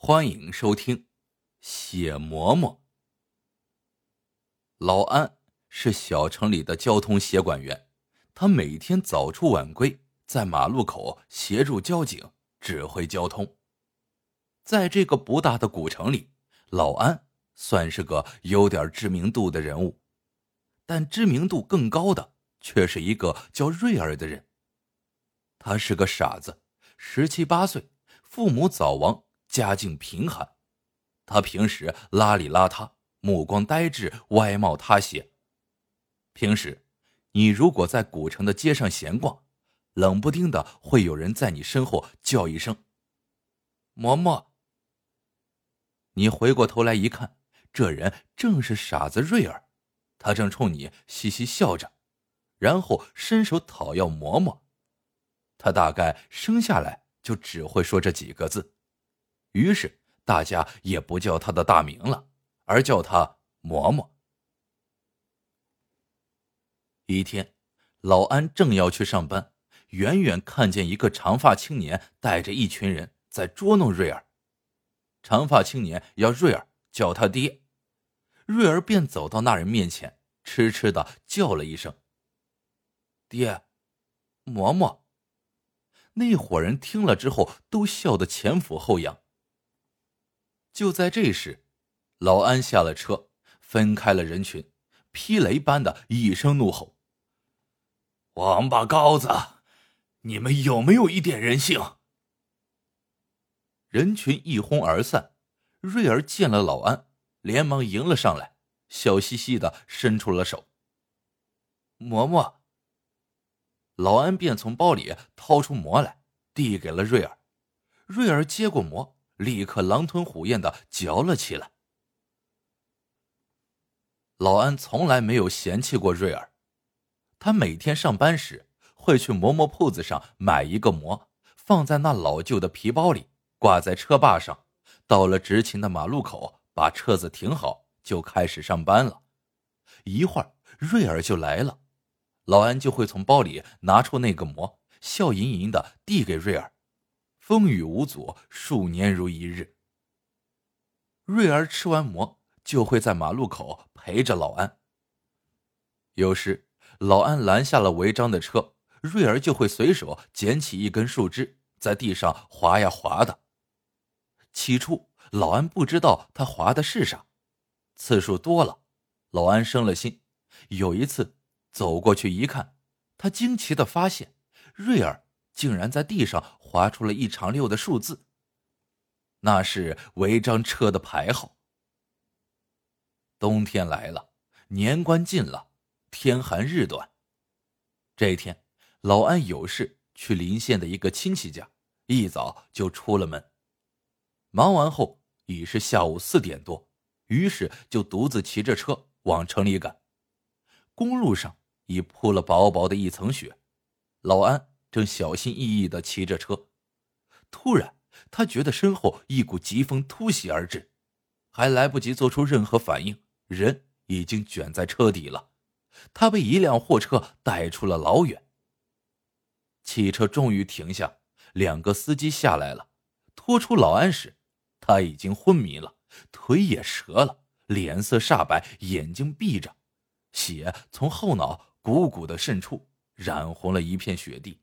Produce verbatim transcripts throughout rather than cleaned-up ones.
欢迎收听写馍馍。老安是小城里的交通协管员，他每天早出晚归，在马路口协助交警指挥交通。在这个不大的古城里，老安算是个有点知名度的人物，但知名度更高的却是一个叫瑞儿的人。他是个傻子，十七八岁，父母早亡，家境贫寒。他平时邋里邋遢，目光呆滞，外貌塌陷。平时你如果在古城的街上闲逛，冷不丁的会有人在你身后叫一声嬷嬷。你回过头来一看，这人正是傻子瑞儿，他正冲你嘻嘻笑着，然后伸手讨要馍馍。他大概生下来就只会说这几个字，于是大家也不叫他的大名了，而叫他馍馍。一天，老安正要去上班，远远看见一个长发青年带着一群人在捉弄瑞儿。长发青年要瑞儿叫他爹，瑞儿便走到那人面前，痴痴地叫了一声爹，馍馍。那伙人听了之后都笑得前俯后仰。就在这时，老安下了车，分开了人群，劈雷般的一声怒吼：王八羔子，你们有没有一点人性？人群一哄而散，瑞儿见了老安，连忙迎了上来，笑嘻嘻的伸出了手。馍馍。老安便从包里掏出馍来，递给了瑞儿。瑞儿接过馍，立刻狼吞虎咽的嚼了起来。老安从来没有嫌弃过瑞儿，他每天上班时会去馍馍铺子上买一个馍，放在那老旧的皮包里，挂在车把上，到了执勤的马路口，把车子停好，就开始上班了。一会儿瑞儿就来了，老安就会从包里拿出那个馍，笑吟吟的递给瑞儿。风雨无阻，数年如一日。瑞儿吃完馍就会在马路口陪着老安。有时老安拦下了违章的车，瑞儿就会随手捡起一根树枝，在地上划呀划的。起初老安不知道他划的是啥，次数多了，老安生了心。有一次走过去一看，他惊奇地发现瑞儿竟然在地上划出了一长溜的数字，那是违章车的牌号。冬天来了，年关近了，天寒日短。这一天，老安有事去邻县的一个亲戚家，一早就出了门。忙完后已是下午四点多，于是就独自骑着车往城里赶。公路上已铺了薄薄的一层雪，老安正小心翼翼地骑着车。突然他觉得身后一股疾风突袭而至，还来不及做出任何反应，人已经卷在车底了。他被一辆货车带出了老远。汽车终于停下，两个司机下来了。拖出老安时，他已经昏迷了，腿也折了，脸色煞白，眼睛闭着，血从后脑鼓鼓地渗出，染红了一片雪地。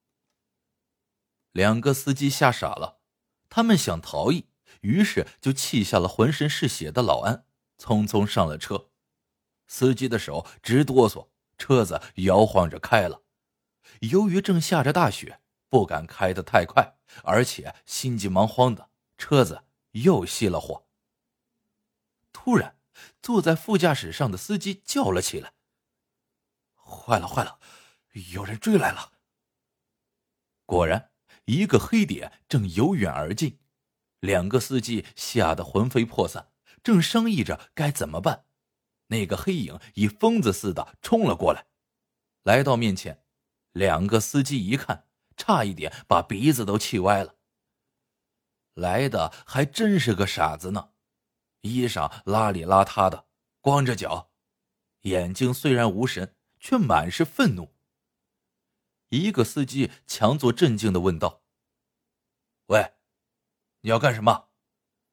两个司机吓傻了，他们想逃逸，于是就弃下了浑身是血的老安，匆匆上了车。司机的手直哆嗦，车子摇晃着开了。由于正下着大雪，不敢开得太快，而且心急忙慌的，车子又熄了火。突然，坐在副驾驶上的司机叫了起来：坏了坏了，有人追来了！果然，一个黑点正由远而近，两个司机吓得魂飞魄散，正商议着该怎么办。那个黑影以疯子似的冲了过来，来到面前，两个司机一看，差一点把鼻子都气歪了。来的还真是个傻子呢，衣裳邋里邋遢的，光着脚，眼睛虽然无神，却满是愤怒。一个司机强作镇静地问道：喂，你要干什么？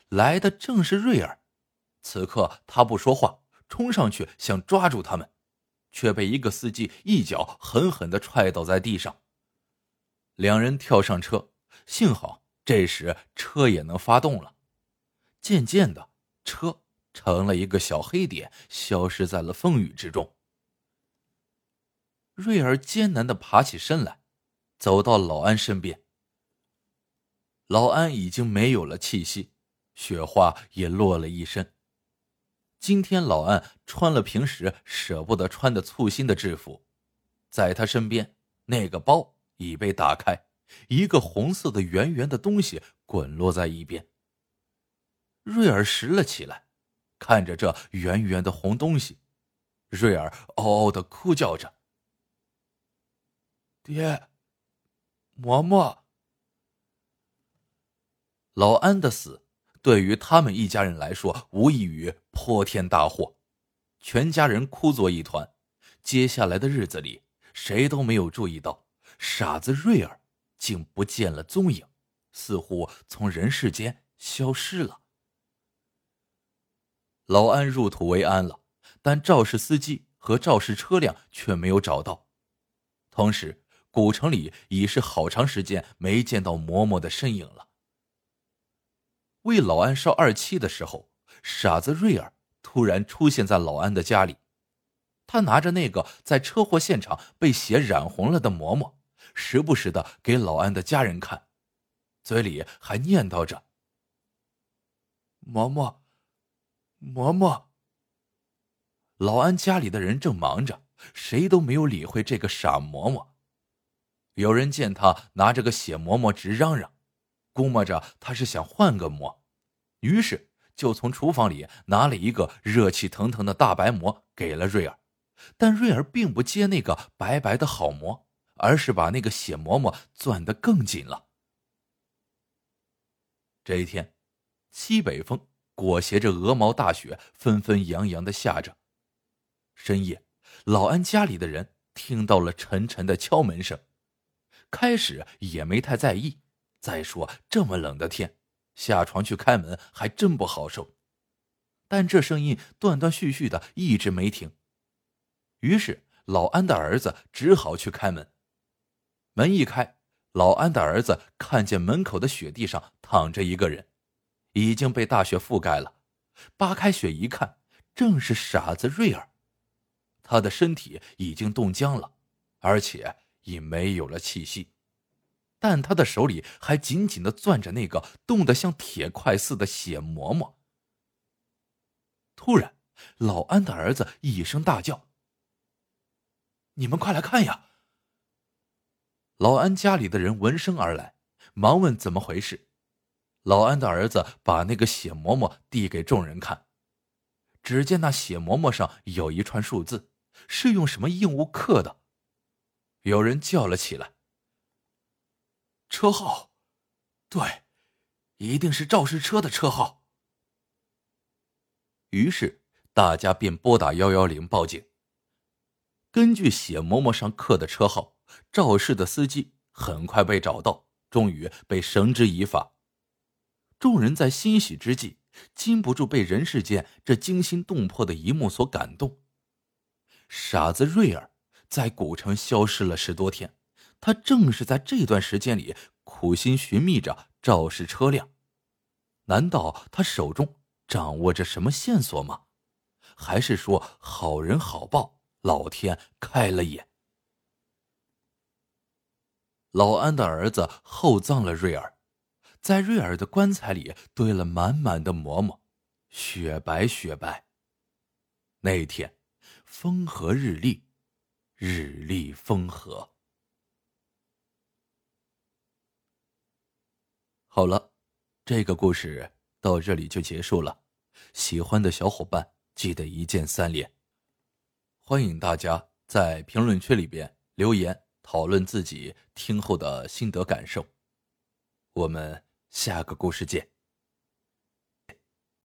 来的正是瑞儿。此刻他不说话，冲上去想抓住他们，却被一个司机一脚狠狠地踹倒在地上。两人跳上车，幸好这时车也能发动了。渐渐的，车成了一个小黑点，消失在了风雨之中。瑞儿艰难地爬起身来，走到老安身边。老安已经没有了气息，雪花也落了一身。今天老安穿了平时舍不得穿的簇新的制服，在他身边，那个包已被打开，一个红色的圆圆的东西滚落在一边。瑞儿拾了起来，看着这圆圆的红东西，瑞儿嗷嗷地哭叫着：爹，嬷嬷。老安的死对于他们一家人来说无异于泼天大祸，全家人哭作一团。接下来的日子里，谁都没有注意到傻子瑞儿竟不见了踪影，似乎从人世间消失了。老安入土为安了，但肇事司机和肇事车辆却没有找到。同时，古城里已是好长时间没见到嬷嬷的身影了。为老安烧二七的时候，傻子瑞儿突然出现在老安的家里。他拿着那个在车祸现场被血染红了的嬷嬷，时不时的给老安的家人看，嘴里还念叨着：嬷嬷，嬷嬷。老安家里的人正忙着，谁都没有理会这个傻嬷嬷。有人见他拿着个血嬷嬷直嚷嚷，估摸着他是想换个馍，于是就从厨房里拿了一个热气腾腾的大白馍给了瑞儿。但瑞儿并不接那个白白的好馍，而是把那个血嬷嬷攥得更紧了。这一天，西北风裹挟着鹅毛大雪纷纷扬扬地下着。深夜，老安家里的人听到了沉沉的敲门声，开始也没太在意，再说这么冷的天，下床去开门还真不好受。但这声音断断续续的一直没停，于是老安的儿子只好去开门。门一开，老安的儿子看见门口的雪地上躺着一个人，已经被大雪覆盖了。扒开雪一看，正是傻子瑞儿。他的身体已经冻僵了，而且已没有了气息，但他的手里还紧紧地攥着那个冻得像铁块似的血嬷嬷。突然，老安的儿子一声大叫：你们快来看呀！老安家里的人闻声而来，忙问怎么回事。老安的儿子把那个血嬷嬷递给众人看，只见那血嬷嬷上有一串数字，是用什么硬物刻的。有人叫了起来：车号，对，一定是肇事车的车号。于是大家便拨打一一零报警。根据血嬷嬷上刻的车号，肇事的司机很快被找到，终于被绳之以法。众人在欣喜之际，禁不住被人世间这惊心动魄的一幕所感动。傻子瑞儿在古城消失了十多天，他正是在这段时间里苦心寻觅着肇事车辆。难道他手中掌握着什么线索吗？还是说好人好报，老天开了眼？老安的儿子厚葬了瑞儿，在瑞儿的棺材里堆了满满的馍馍，雪白雪白。那天风和日丽，日丽风和。好了，这个故事到这里就结束了。喜欢的小伙伴记得一键三连。欢迎大家在评论区里边留言讨论自己听后的心得感受。我们下个故事见。